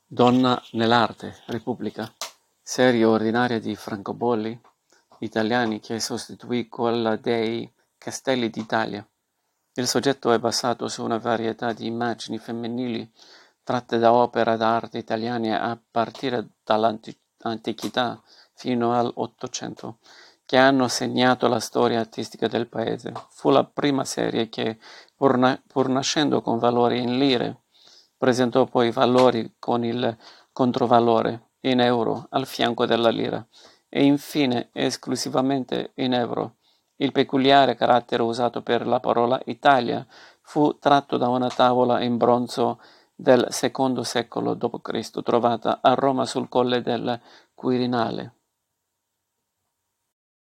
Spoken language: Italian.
Donna nell'arte, Repubblica, serie ordinaria di francobolli italiani che sostituì quella dei Castelli d'Italia. Il soggetto è basato su una varietà di immagini femminili tratte da opere d'arte italiane a partire dall'antichità fino all'Ottocento, che hanno segnato la storia artistica del paese. Fu la prima serie che, pur nascendo con valori in lire, presentò poi valori con il controvalore in euro al fianco della lira e infine esclusivamente in euro. Il peculiare carattere usato per la parola Italia fu tratto da una tavola in bronzo del II secolo d.C. trovata a Roma sul Colle del Quirinale.